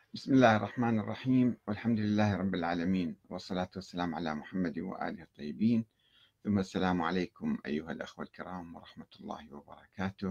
بسم الله الرحمن الرحيم، والحمد لله رب العالمين، والصلاة والسلام على محمد وآله الطيبين. ثم السلام عليكم أيها الأخوة الكرام ورحمة الله وبركاته.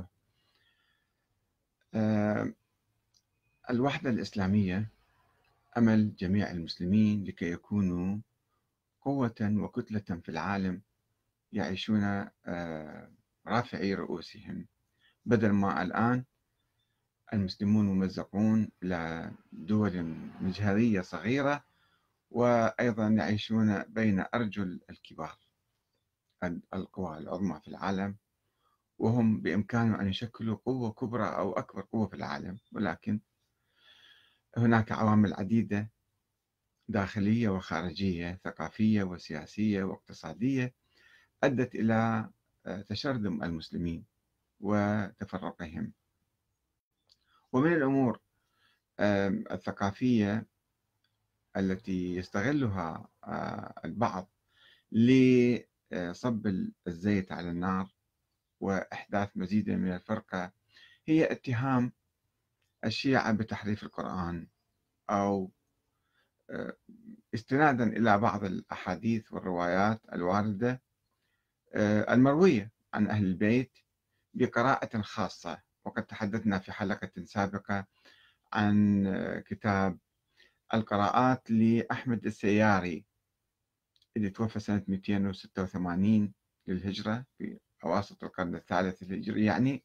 آه، الوحدة الإسلامية أمل جميع المسلمين لكي يكونوا قوة وكتلة في العالم، يعيشون رافعي رؤوسهم، بدل ما الآن المسلمون ممزقون إلى دول مجهرية صغيرة، وأيضا يعيشون بين أرجل الكبار القوى العظمى في العالم، وهم بإمكانهم أن يشكلوا قوة كبرى أو أكبر قوة في العالم، ولكن هناك عوامل عديدة داخلية وخارجية، ثقافية وسياسية واقتصادية، أدت إلى تشرذم المسلمين وتفرقهم. ومن الأمور الثقافية التي يستغلها البعض لصب الزيت على النار وإحداث مزيد من الفرقة هي اتهام الشيعة بتحريف القرآن، أو استنادا إلى بعض الأحاديث والروايات الواردة المروية عن أهل البيت بقراءة خاصة. وقد تحدثنا في حلقة سابقة عن كتاب القراءات لأحمد السياري اللي توفى سنة 286 للهجرة في أواسط القرن الثالث الهجري يعني.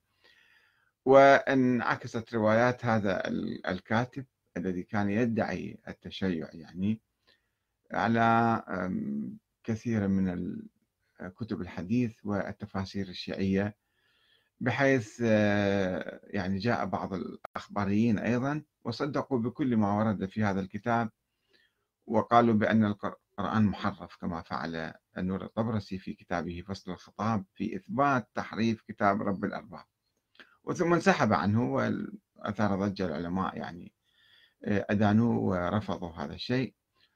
وانعكست روايات هذا الكاتب الذي كان يدعي التشيع يعني على كثير من كتب الحديث والتفاسير الشيعية، بحيث يعني جاء بعض الأخباريين أيضا وصدقوا بكل ما ورد في هذا الكتاب، وقالوا بأن القرآن محرف، كما فعل النور الطبرسي في كتابه فصل الخطاب في إثبات تحريف كتاب رب الأرباب، وثم انسحب عنه وأثار ضجة العلماء يعني أدانوه ورفضوا هذا الشيء.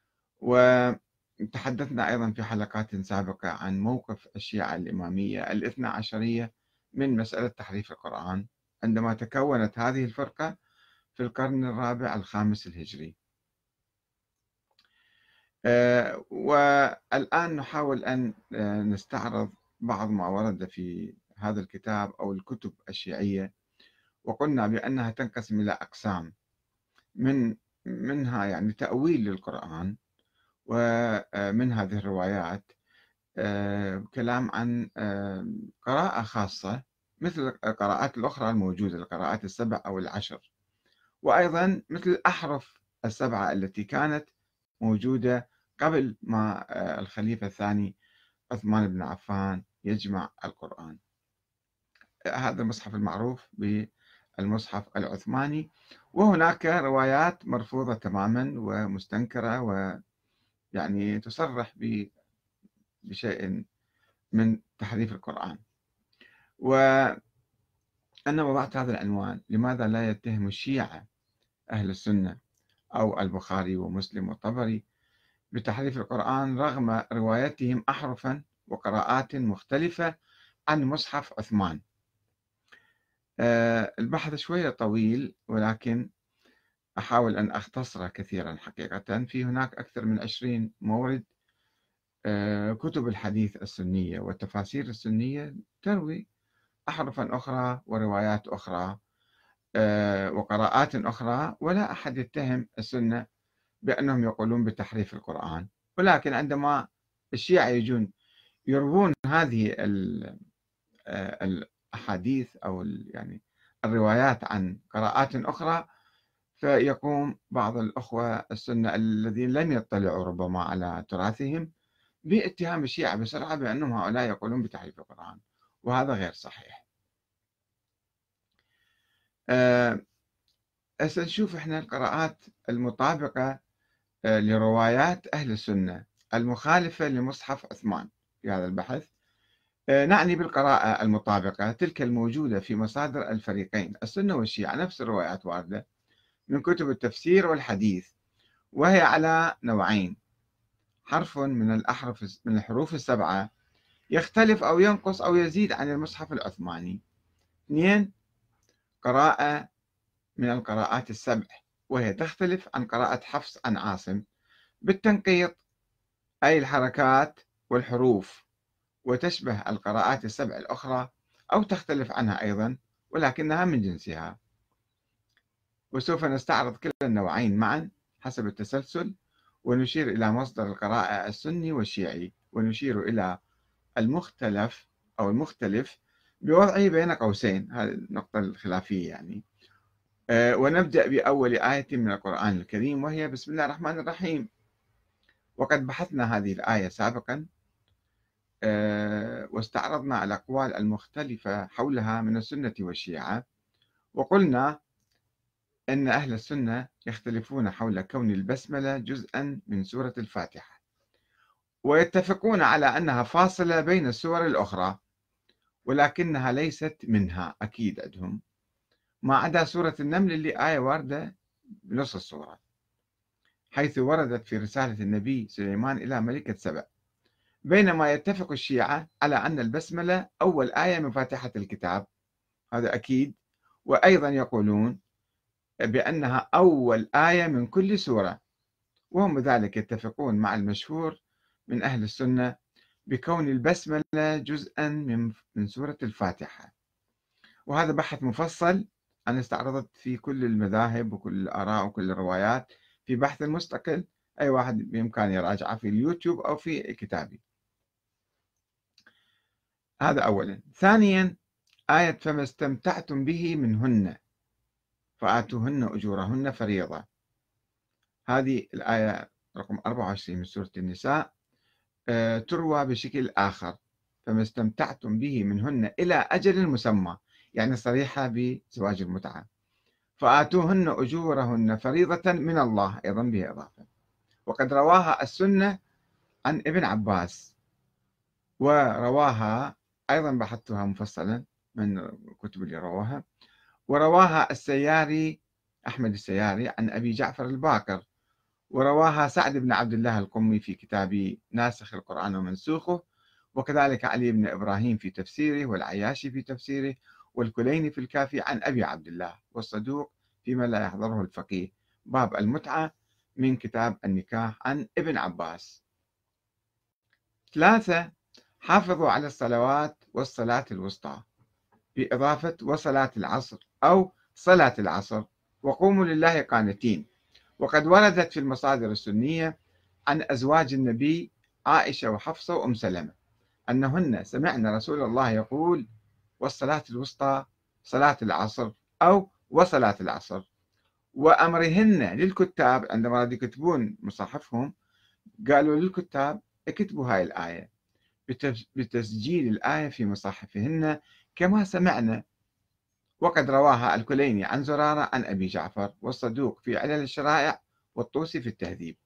وتحدثنا أيضا في حلقات سابقة عن موقف الشيعة الإمامية الاثنى عشرية من مسألة تحريف القرآن عندما تكونت هذه الفرقة في القرن الرابع الخامس الهجري. والآن نحاول أن نستعرض بعض ما ورد في هذا الكتاب أو الكتب الشيعية، وقلنا بأنها تنقسم إلى أقسام، منها يعني تأويل للقرآن، ومن هذه الروايات كلام عن قراءة خاصة مثل القراءات الأخرى الموجودة، القراءات السبع أو العشر، وأيضا مثل الأحرف السبعة التي كانت موجودة قبل ما الخليفة الثاني عثمان بن عفان يجمع القرآن. هذا المصحف المعروف بالمصحف العثماني، وهناك روايات مرفوضة تماما ومستنكرة، ويعني تصرح بشيء من تحريف القرآن. وأنا وضعت هذا العنوان: لماذا لا يتهم الشيعة أهل السنة أو البخاري ومسلم والطبري بتحريف القرآن رغم روايتهم أحرفا وقراءات مختلفة عن مصحف عثمان؟ البحث شوية طويل، ولكن أحاول أن أختصره كثيرا. حقيقة في هناك أكثر من 20 مورد كتب الحديث السنية والتفاسير السنية تروي أحرفا أخرى وروايات أخرى وقراءات أخرى، ولا أحد يتهم السنة بأنهم يقولون بتحريف القرآن. ولكن عندما الشيعة يجون يروون هذه الأحاديث أو يعني الروايات عن قراءات أخرى، فيقوم بعض الأخوة السنة الذين لم يطلعوا ربما على تراثهم باتهام الشيعة بسرعة بأنهم هؤلاء يقولون بتحريف القرآن، وهذا غير صحيح. هسه نشوف احنا القراءات المطابقة لروايات أهل السنة المخالفة لمصحف عثمان في هذا البحث. نعني بالقراءة المطابقة تلك الموجودة في مصادر الفريقين السنة والشيعة، نفس الروايات واردة من كتب التفسير والحديث، وهي على نوعين: حرف من الحروف السبعة يختلف أو ينقص أو يزيد عن المصحف العثماني. اثنين، قراءة من القراءات السبع وهي تختلف عن قراءة حفص عن عاصم بالتنقيط، أي الحركات والحروف، وتشبه القراءات السبع الأخرى أو تختلف عنها أيضا ولكنها من جنسها. وسوف نستعرض كلا النوعين معا حسب التسلسل، ونشير إلى مصدر القراءة السني والشيعي، ونشير إلى المختلف أو المختلف بوضعه بين قوسين، هذه النقطة الخلافية يعني. ونبدأ بأول آية من القرآن الكريم، وهي بسم الله الرحمن الرحيم. وقد بحثنا هذه الآية سابقا واستعرضنا الأقوال المختلفة حولها من السنة والشيعة، وقلنا أن أهل السنة يختلفون حول كون البسملة جزءا من سورة الفاتحة، ويتفقون على أنها فاصلة بين السور الأخرى، ولكنها ليست منها أكيد عندهم، ما عدا سورة النمل اللي آية واردة بنص السورة، حيث وردت في رسالة النبي سليمان إلى ملكة سبأ. بينما يتفق الشيعة على أن البسملة أول آية من فاتحة الكتاب، هذا أكيد، وأيضا يقولون بأنها أول آية من كل سورة، وهم بذلك يتفقون مع المشهور من أهل السنة بكون البسملة جزءا من سورة الفاتحة. وهذا بحث مفصل أنا استعرضت في كل المذاهب وكل الآراء وكل الروايات في بحث مستقل، أي واحد بإمكانه يراجعه في اليوتيوب أو في كتابي. هذا أولا. ثانيا، آية فما استمتعتم به منهن فآتوهن أجورهن فريضة، هذه الآية رقم 24 من سورة النساء، تروى بشكل آخر، فما استمتعتم به منهن إلى أجل مسمى، يعني صريحة بزواج المتعة، فآتوهن أجورهن فريضة من الله، أيضا بها إضافة. وقد رواها السنة عن ابن عباس، ورواها أيضا بحثتها مفصلا من الكتب اللي رواها، ورواها السياري أحمد السياري عن أبي جعفر الباقر، ورواها سعد بن عبد الله القمي في كتاب ناسخ القرآن ومنسوخه، وكذلك علي بن إبراهيم في تفسيره، والعياشي في تفسيره، والكليني في الكافي عن أبي عبد الله، والصدوق فيما لا يحضره الفقيه، باب المتعة من كتاب النكاح عن ابن عباس. ثلاثة، حافظوا على الصلوات والصلاة الوسطى، بإضافة وصلاة العصر أو صلاة العصر، وقوموا لله قانتين. وقد وردت في المصادر السنية عن أزواج النبي عائشة وحفصة وأم سلمة أنهن سمعن رسول الله يقول: والصلاة الوسطى صلاة العصر أو وصلاة العصر. وأمرهن للكتاب عندما يكتبون مصاحفهم، قالوا للكتاب اكتبوا هاي الآية بتسجيل الآية في مصاحفهن كما سمعنا. وقد رواها الكليني عن زرارة عن أبي جعفر، والصدوق في علل الشرائع، والطوسي في التهذيب.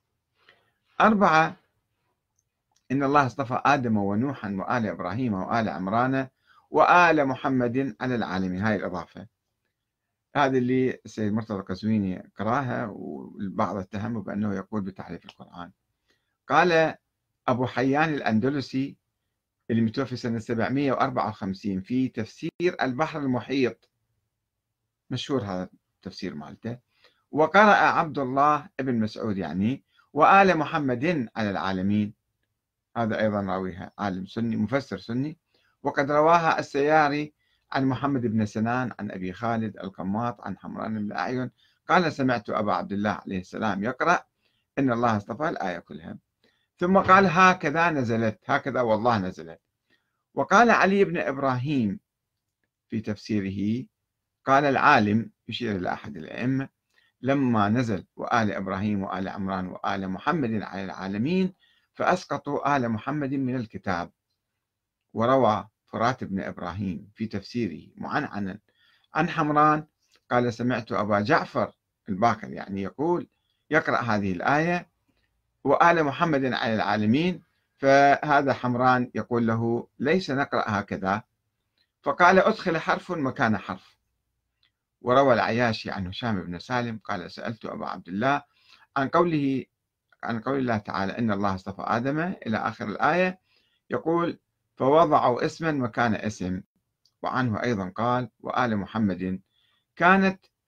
أربعة، إن الله اصطفى آدم ونوحا وآل إبراهيم وآل عمران وآل محمد على العالمين، هاي الإضافة، هذه اللي السيد مرتضى القزويني قراها، والبعض اتهمه بأنه يقول بتحريف القرآن. قال أبو حيان الأندلسي اللي متوفي سنة 754 في تفسير البحر المحيط، مشهور هذا التفسير مالته، وقرأ عبد الله ابن مسعود يعني وآل محمد على العالمين، هذا أيضا راويها عالم سني مفسر سني. وقد رواها السياري عن محمد بن سنان عن أبي خالد القماط عن حمران بن الأعين قال: سمعت أبا عبد الله عليه السلام يقرأ إن الله اصطفى الآية كلها، ثم قال: هكذا نزلت، هكذا والله نزلت. وقال علي بن إبراهيم في تفسيره، قال العالم يشير إلى أحد الأئمة: لما نزل وآل إبراهيم وآل عمران وآل محمد على العالمين فأسقطوا آل محمد من الكتاب. وروى فرات بن إبراهيم في تفسيره معنعنا عن حمران قال: سمعت أبا جعفر الباقر يعني يقول يقرأ هذه الآية وآل محمد على العالمين، فهذا حمران يقول له: ليس نقرأ هكذا، فقال: أدخل حرف مكان حرف. وروى العياشي عن هشام بن سالم قال: سألت أبا عبد الله عن قول الله تعالى: إن الله اصطفى آدم إلى آخر الآية، يقول: فوضعوا اسما مكان اسم. وعنه أيضا قال: وآل محمد، كانت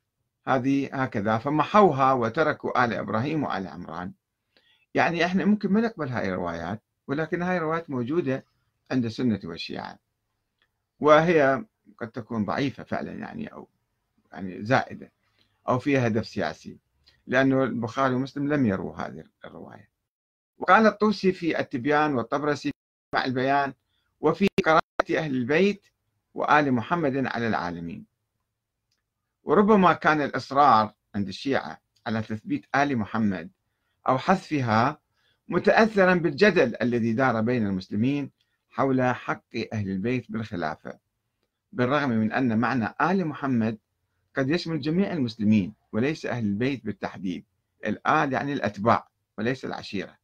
هذه هكذا، فمحوها وتركوا آل إبراهيم وآل عمران. يعني إحنا ممكن ما نقبل هاي الروايات، ولكن هاي الروايات موجودة عند السنة والشيعة، وهي قد تكون ضعيفة فعلا يعني، أو يعني زائدة، أو فيها هدف سياسي، لأنه البخاري ومسلم لم يروا هذه الرواية. وقال الطوسي في التبيان والطبرسي مع البيان وفي قراءة أهل البيت وآل محمد على العالمين. وربما كان الإصرار عند الشيعة على تثبيت آل محمد أو حذفها متأثرا بالجدل الذي دار بين المسلمين حول حق أهل البيت بالخلافة، بالرغم من أن معنى آل محمد قد يشمل جميع المسلمين وليس أهل البيت بالتحديد. الآل يعني الأتباع وليس العشيرة.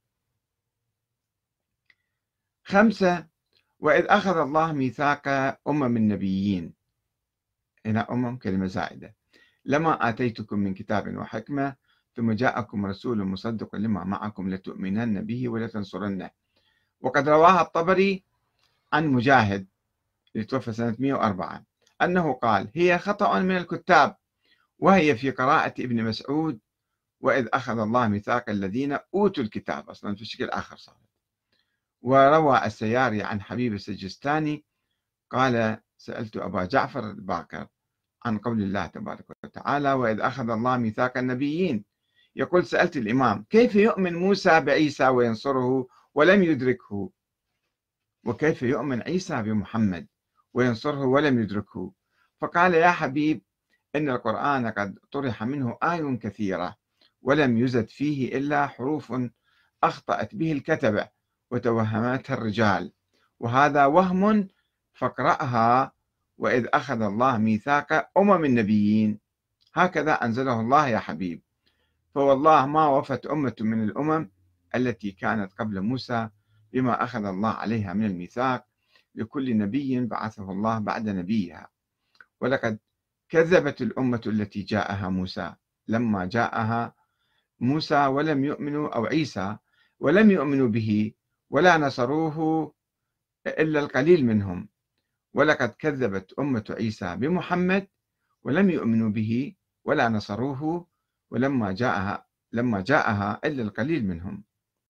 5. وإذ أخذ الله ميثاق النبيين، هنا كلمة زائدة، لما آتيتكم من كتاب وحكمة ثم جاءكم رسول مصدق لما معكم لتؤمنن به ولتنصرنه. وقد رواها الطبري عن مجاهد يتوفى سنة 104 أنه قال: هي خطأ من الكتاب، وهي في قراءة ابن مسعود: وإذ أخذ الله ميثاق الذين أوتوا الكتاب، أصلا في الشكل آخر صار. وروى السياري عن حبيب السجستاني قال: سألت أبا جعفر الباقر عن قول الله تبارك وتعالى: وإذ أخذ الله ميثاق النبيين، يقول: سألت الإمام: كيف يؤمن موسى بعيسى وينصره ولم يدركه، وكيف يؤمن عيسى بمحمد وينصره ولم يدركه؟ فقال: يا حبيب، إن القرآن قد طرح منه آي كثيرة ولم يزد فيه إلا حروف أخطأت به الكتبة وتوهمتها الرجال، وهذا وهم، فاقرأها: وإذ أخذ الله ميثاق النبيين، هكذا أنزله الله يا حبيب. فوالله ما وفت أمة من الأمم التي كانت قبل موسى بما أخذ الله عليها من الميثاق لكل نبي بعثه الله بعد نبيها. ولقد كذبت الأمة التي جاءها موسى لما جاءها موسى ولم يؤمنوا، أو عيسى ولم يؤمنوا به ولا نصروه إلا القليل منهم. ولقد كذبت أمة عيسى بمحمد ولم يؤمنوا به ولا نصروه ولما جاءها إلا القليل منهم.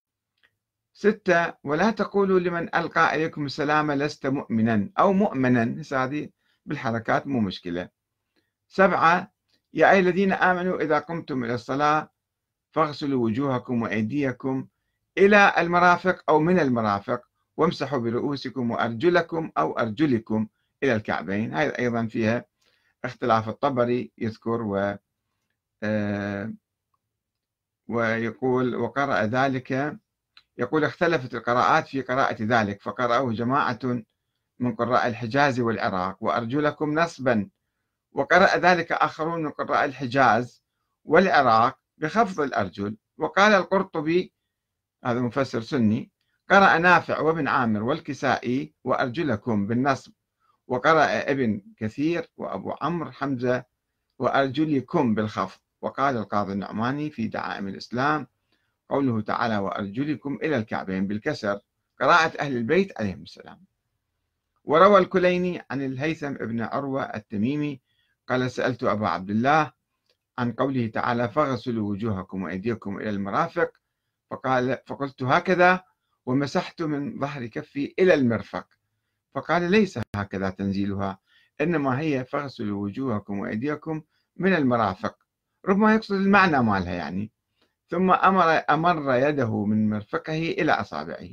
6. ولا تقولوا لمن ألقى إليكم السلام لست مؤمنا أو مؤمنا، هذه بالحركات مو مشكلة. 7. يا أيها الذين آمنوا إذا قمتم إلى الصلاة فاغسلوا وجوهكم وأيديكم إلى المرافق أو من المرافق وامسحوا برؤوسكم وأرجلكم أو أرجلكم إلى الكعبين. هذه أيضا فيها اختلاف. الطبري يذكر ويقول: وقرأ ذلك، يقول: اختلفت القراءات في قراءة ذلك، فقرأه جماعة من قراء الحجاز والعراق: وأرجلكم نصبا، وقرأ ذلك آخرون من قراء الحجاز والعراق بخفض الأرجل. وقال القرطبي، هذا مفسر سني: قرأ نافع وابن عامر والكسائي وأرجلكم بالنصب، وقرأ ابن كثير وأبو عمرو حمزة وأرجلكم بالخفض. وقال القاضي النعماني في دعائم الإسلام: قوله تعالى وأرجلكم إلى الكعبين بالكسر قراءة أهل البيت عليهم السلام. وروى الكليني عن الهيثم ابن عروة التميمي قال: سألت أبا عبد الله عن قوله تعالى فاغسلوا وجوهكم وأيديكم إلى المرافق، فقلت هكذا ومسحت من ظهر كفي إلى المرفق، فقال: ليس هكذا تنزيلها، إنما هي فاغسلوا وجوهكم وأيديكم من المرافق، ربما يقصد المعنى مالها يعني. ثم أمر يده من مرفقه إلى أصابعه.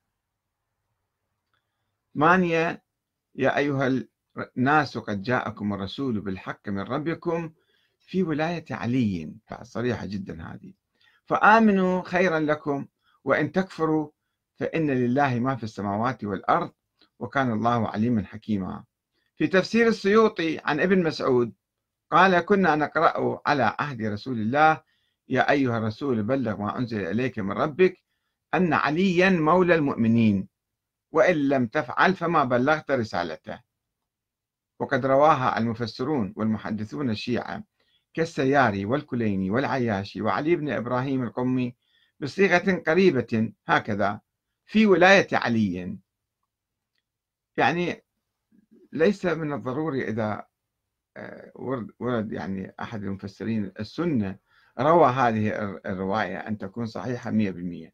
8. يا أيها الناس قد جاءكم الرسول بالحق من ربكم في ولاية علي، صريحة جدا هذه، فآمنوا خيرا لكم، وإن تكفروا فإن لله ما في السماوات والأرض وكان الله عليما حكيما. في تفسير السيوطي عن ابن مسعود قال: كنا نقرأ على عهد رسول الله: يا أيها الرسول بلغ ما أنزل إليك من ربك أن عليا مولى المؤمنين، وإن لم تفعل فما بلغت رسالته. وقد رواها المفسرون والمحدثون الشيعة كالسياري والكليني والعياشي وعلي بن إبراهيم القمي بصيغة قريبة هكذا: في ولاية علي. يعني ليس من الضروري إذا ورد يعني أحد المفسرين السنة روى هذه الرواية أن تكون صحيحة 100%،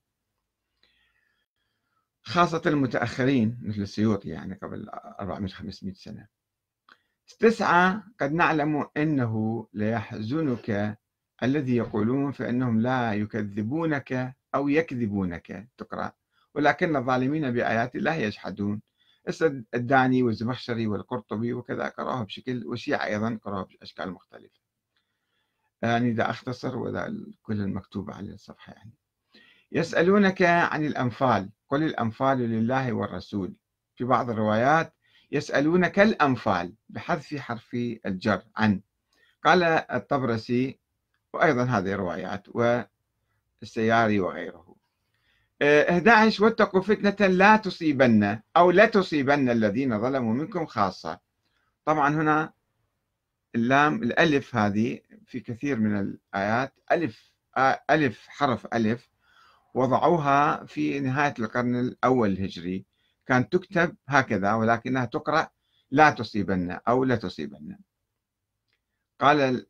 خاصة المتأخرين مثل السيوطي يعني قبل 400-500 سنة. 9. قد نعلم أنه ليحزنك الذي يقولون فإنهم لا يكذبونك أو يكذبونك تقرأ، ولكن الظالمين بآيات الله يجحدون. الداني والزمخشري والقرطبي وكذا قرأوها بشكل، والشيعة أيضا قرأوها بأشكال مختلفة. يعني إذا أختصر وإذا كل المكتوب على الصفحة يعني. يسألونك عن الأنفال قل الأنفال لله والرسول. في بعض الروايات يسألونك الأنفال بحذف حرف الجر عن. قال الطبرسي، وأيضا هذه روايات، والسياري وغيره. 11. واتقوا فتنة لا تصيبن أو لا تصيبن الذين ظلموا منكم خاصة. طبعا هنا اللام الألف هذه في كثير من الآيات ألف حرف ألف وضعوها في نهاية القرن الأول الهجري، كانت تكتب هكذا ولكنها تقرأ لا تصيبن أو لا تصيبن. قال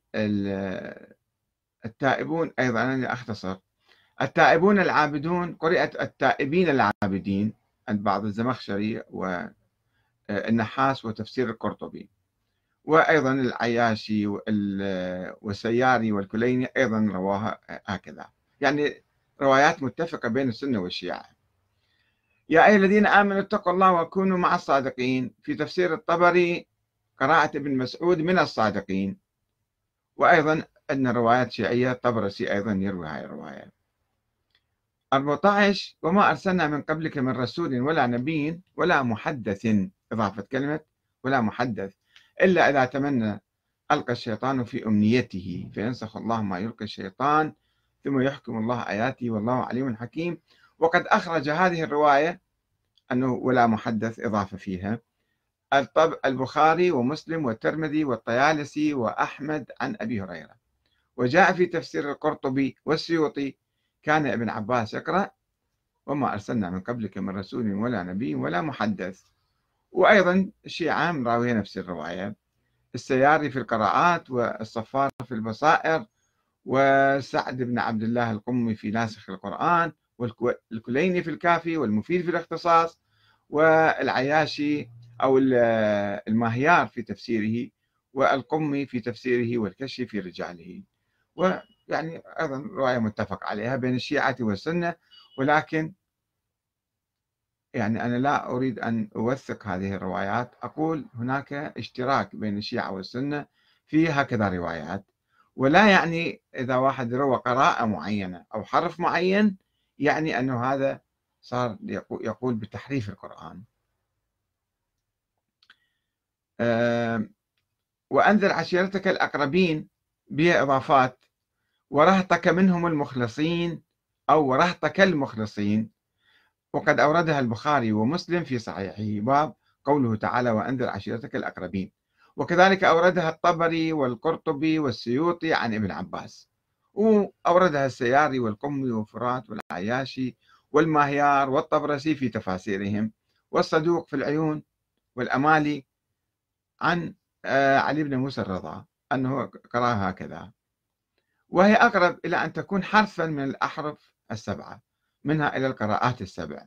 التائبون أيضا، أنا أختصر، التائبون العابدون قرأت التائبين العابدين عند بعض الزمخشري والنحاس وتفسير القرطبي، وأيضا العياشي والسياري والكليني أيضا رواها هكذا، يعني روايات متفقة بين السنة والشيعة. يا أيها الذين آمنوا اتقوا الله وكونوا مع الصادقين. في تفسير الطبري قراءة ابن مسعود من الصادقين. وأيضا أن روايات شيعية الطبرسي أيضا يروي هاي الرواية. 14. وما أرسلنا من قبلك من رسول ولا نبي ولا محدث، إضافة كلمة ولا محدث، إلا إذا تمنى ألقى الشيطان في أمنيته فينسخ الله ما يلقي الشيطان ثم يحكم الله آياته والله عليم حكيم. وقد أخرج هذه الرواية أنه ولا محدث إضافة فيها البخاري ومسلم والترمذي والطيالسي وأحمد عن أبي هريرة. وجاء في تفسير القرطبي والسيوطي كان ابن عباس يقرأ وما أرسلنا من قبلك من رسول ولا نبي ولا محدث. وأيضا الشيعة راوية نفس الرواية، السياري في القراءات والصفار في البصائر وسعد بن عبد الله القمي في ناسخ القرآن والكليني في الكافي والمفيد في الاختصاص والعياشي أو الماهيار في تفسيره والقمي في تفسيره والكشي في رجاله. ويعني أيضا رواية متفق عليها بين الشيعة والسنة، ولكن يعني أنا لا أريد أن أوثق هذه الروايات، أقول هناك اشتراك بين الشيعة والسنة في هكذا روايات، ولا يعني إذا واحد روى قراءة معينة أو حرف معين يعني أنه هذا صار يقول بتحريف القرآن. وأنذر عشيرتك الأقربين بها إضافات، ورهطك منهم المخلصين أو ورهطك المخلصين، وقد أوردها البخاري ومسلم في صحيحه باب قوله تعالى وأنذر عشيرتك الأقربين. وكذلك أوردها الطبري والقرطبي والسيوطي عن ابن عباس، وأوردها السياري والقمي وفرات والعياشي والماهيار والطبرسي في تفاسيرهم، والصدوق في العيون والأمالي عن علي بن موسى الرضا أنه قرأها هكذا، وهي أقرب إلى أن تكون حرفا من الأحرف السبعة منها إلى القراءات السبع.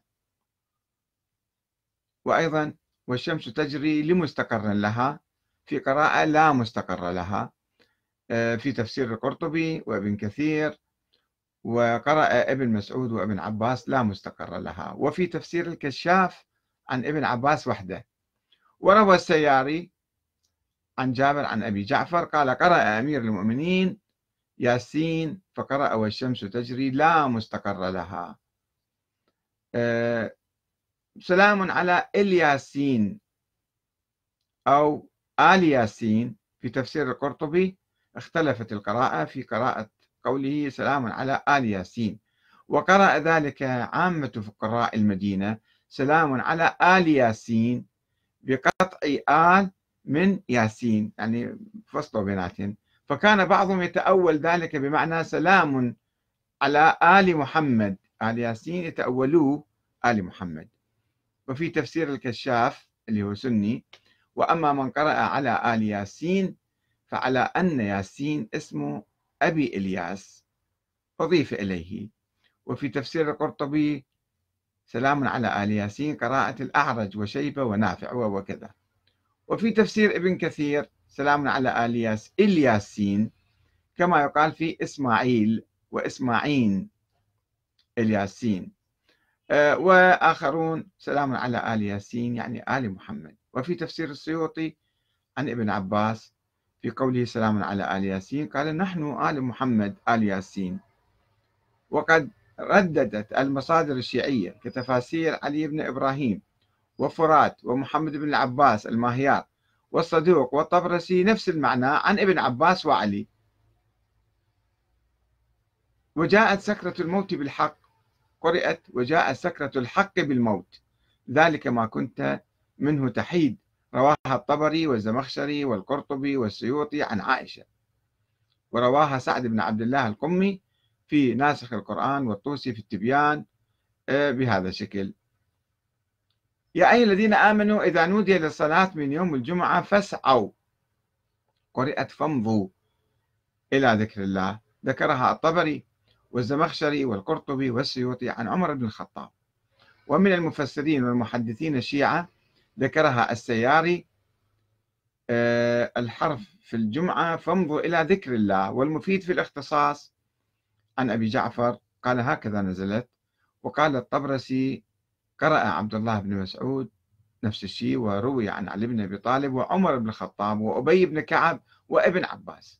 وأيضا والشمس تجري لمستقر لها في قراءة لا مستقر لها في تفسير القرطبي وابن كثير، وقرأ ابن مسعود وابن عباس لا مستقر لها، وفي تفسير الكشاف عن ابن عباس وحده. وروى السياري عن جابر عن أبي جعفر قال قرأ أمير المؤمنين ياسين فقرأ والشمس تجري لا مستقر لها. سلام على الياسين أو آل ياسين في تفسير القرطبي اختلفت القراءة في قراءة قوله سلام على آل ياسين، وقرأ ذلك عامة فقراء المدينة سلام على آل ياسين بقطع آل من ياسين، يعني فصلوا بيناتهم، فكان بعضهم يتأول ذلك بمعنى سلام على آل محمد، آل ياسين يتأولوه آل محمد. وفي تفسير الكشاف اللي هو سني وأما من قرأ على آل ياسين فعلى أن ياسين اسم أبي إلياس أضيف إليه. وفي تفسير القرطبي سلام على آل ياسين قراءة الأعرج وشيبة ونافع وكذا. وفي تفسير ابن كثير سلام على آل الياسين كما يقال في إسماعيل وإسماعين الياسين. وآخرون سلام على آل ياسين يعني آل محمد. وفي تفسير السيوطي عن ابن عباس في قوله سلام على آل ياسين قال نحن آل محمد آل ياسين. وقد رددت المصادر الشيعية كتفاسير علي بن إبراهيم وفرات ومحمد بن العباس الماهيار والصدوق والطبرسي نفس المعنى عن ابن عباس وعلي. وجاءت سكرة الموت بالحق، قرأت وجاءت سكرة الحق بالموت، ذلك ما كنت منه تحيد، رواها الطبري والزمخشري والقرطبي والسيوطي عن عائشة. ورواها سعد بن عبد الله القمي في ناسخ القرآن والطوسي في التبيان بهذا الشكل. يا أيها الذين آمنوا إذا نودي للصلاة من يوم الجمعة فاسعوا، قرأت فامضوا إلى ذكر الله، ذكرها الطبري والزمخشري والقرطبي والسيوطي عن عمر بن الخطاب. ومن المفسرين والمحدثين الشيعة ذكرها السياري الحرف في الجمعة فامضوا إلى ذكر الله، والمفيد في الاختصاص عن أبي جعفر قال هكذا نزلت. وقال الطبرسي قرأ عبد الله بن مسعود نفس الشيء، وروي عن علي بن أبي طالب وعمر بن الخطاب وأبي بن كعب وابن عباس.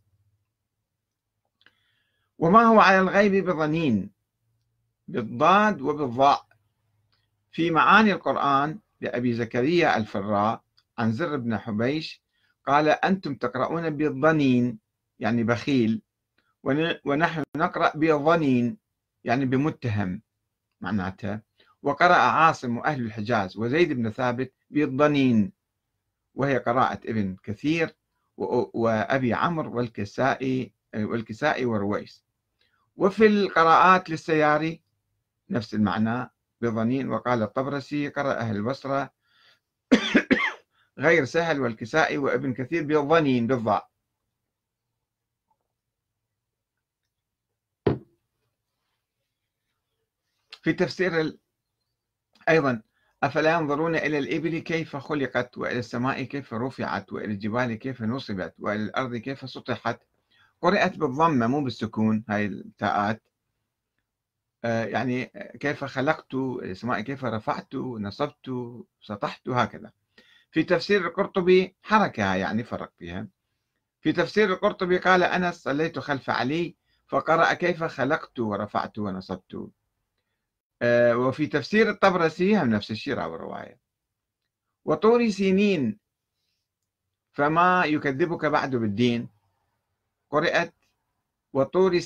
وما هو على الغيب بظنين بالضاد وبالضاء. في معاني القرآن لأبي زكريا الفراء عن زر بن حبيش قال أنتم تقرؤون بالظنين يعني بخيل، ونحن نقرأ بالظنين يعني بمتهم معناتها. وقرأ عاصم وأهل الحجاز وزيد بن ثابت بالظنين، وهي قراءة ابن كثير وأبي عمرو والكسائي ورويس. وفي القراءات للسياري نفس المعنى بظنين. وقال الطبرسي قرأ أهل البصرة غير سهل والكسائي وابن كثير بالظنين بالضاء. في تفسير أيضا أفلا ينظرون إلى الإبل كيف خلقت وإلى السماء كيف رفعت وإلى الجبال كيف نصبت وإلى الأرض كيف سطحت، قرأت بالضمة مو بالسكون هاي التاءات. يعني كيف خلقت، السماء كيف رفعت نصبت سطحت هكذا. في تفسير القرطبي حركة يعني فرق فيها. في تفسير القرطبي قال أنس صليت خلف علي فقرأ كيف خلقت ورفعت ونصبت. وفي تفسير الطبرسي هم نفس الشيء راوي الرواية. وطور سينين فما يكذبك بعد بالدين، قرأت وطور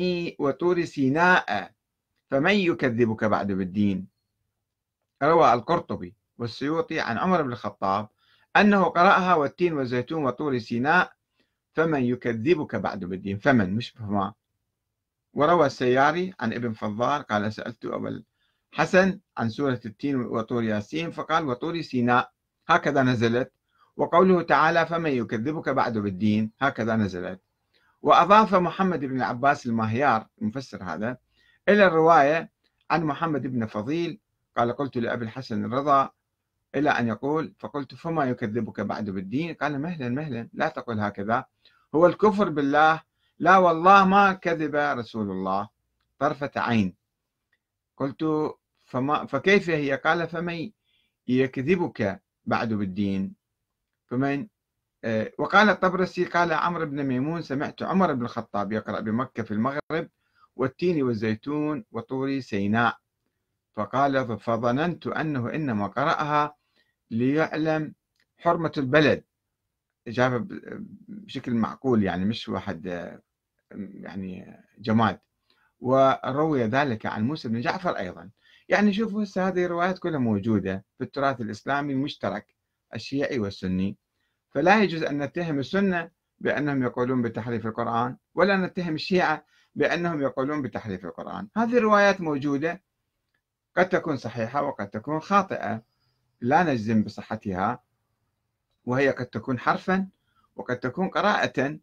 سيناء فمن يكذبك بعد بالدين. روى القرطبي والسيوطي عن عمر بن الخطاب أنه قرأها والتين والزيتون وطور سيناء فمن يكذبك بعد بالدين، فمن مش فما. وروى السياري عن ابن فضال قال سألت أبا الحسن عن سورة التين وطور ياسين فقال وطور سيناء هكذا نزلت. وقوله تعالى فمن يكذبك بعد بالدين هكذا نزلت. وأضاف محمد بن العباس الماهيار المفسر هذا إلى الرواية عن محمد بن فضيل قال قلت لأبي الحسن الرضا إلى أن يقول فقلت فما يكذبك بعد بالدين، قال مهلا مهلا لا تقل هكذا، هو الكفر بالله، لا والله ما كذب رسول الله طرفة عين. قلت فكيف هي؟ قال فمن يكذبك بعد بالدين فمن. وقال الطبرسي قال عمرو بن ميمون سمعت عمر بن الخطاب يقرأ بمكة في المغرب والتين والزيتون وطور سيناء، فقال فظننت أنه إنما قرأها ليعلم حرمة البلد، إجابة بشكل معقول يعني مش واحد يعني جماد. وروي ذلك عن موسى بن جعفر أيضا. يعني شوفوا هسه هذه الروايات كلها موجودة في التراث الإسلامي المشترك الشيعي والسني، فلا يجوز أن نتهم السنة بأنهم يقولون بتحريف القرآن ولا نتهم الشيعة بأنهم يقولون بتحريف القرآن. هذه الروايات موجودة قد تكون صحيحة وقد تكون خاطئة لا نجزم بصحتها، وهي قد تكون حرفا وقد تكون قراءة.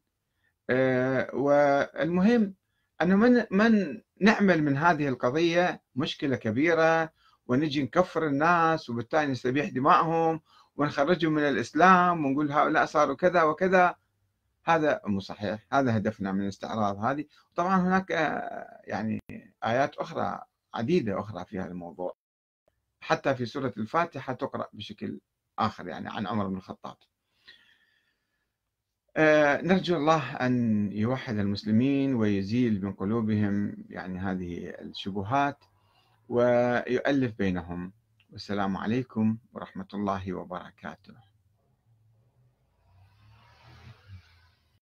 والمهم أنه من نعمل من هذه القضية مشكلة كبيرة، ونجي نكفر الناس وبالتالي نستبيح دمائهم ونخرجهم من الإسلام ونقول هؤلاء صاروا كذا وكذا. هذا مو صحيح، هذا هدفنا من الاستعراض هذه. طبعا هناك يعني آيات أخرى عديدة أخرى في هذا الموضوع، حتى في سورة الفاتحة تقرأ بشكل آخر يعني عن عمر بن الخطاب. نرجو الله أن يوحد المسلمين ويزيل من قلوبهم يعني هذه الشبهات ويؤلف بينهم. والسلام عليكم ورحمة الله وبركاته.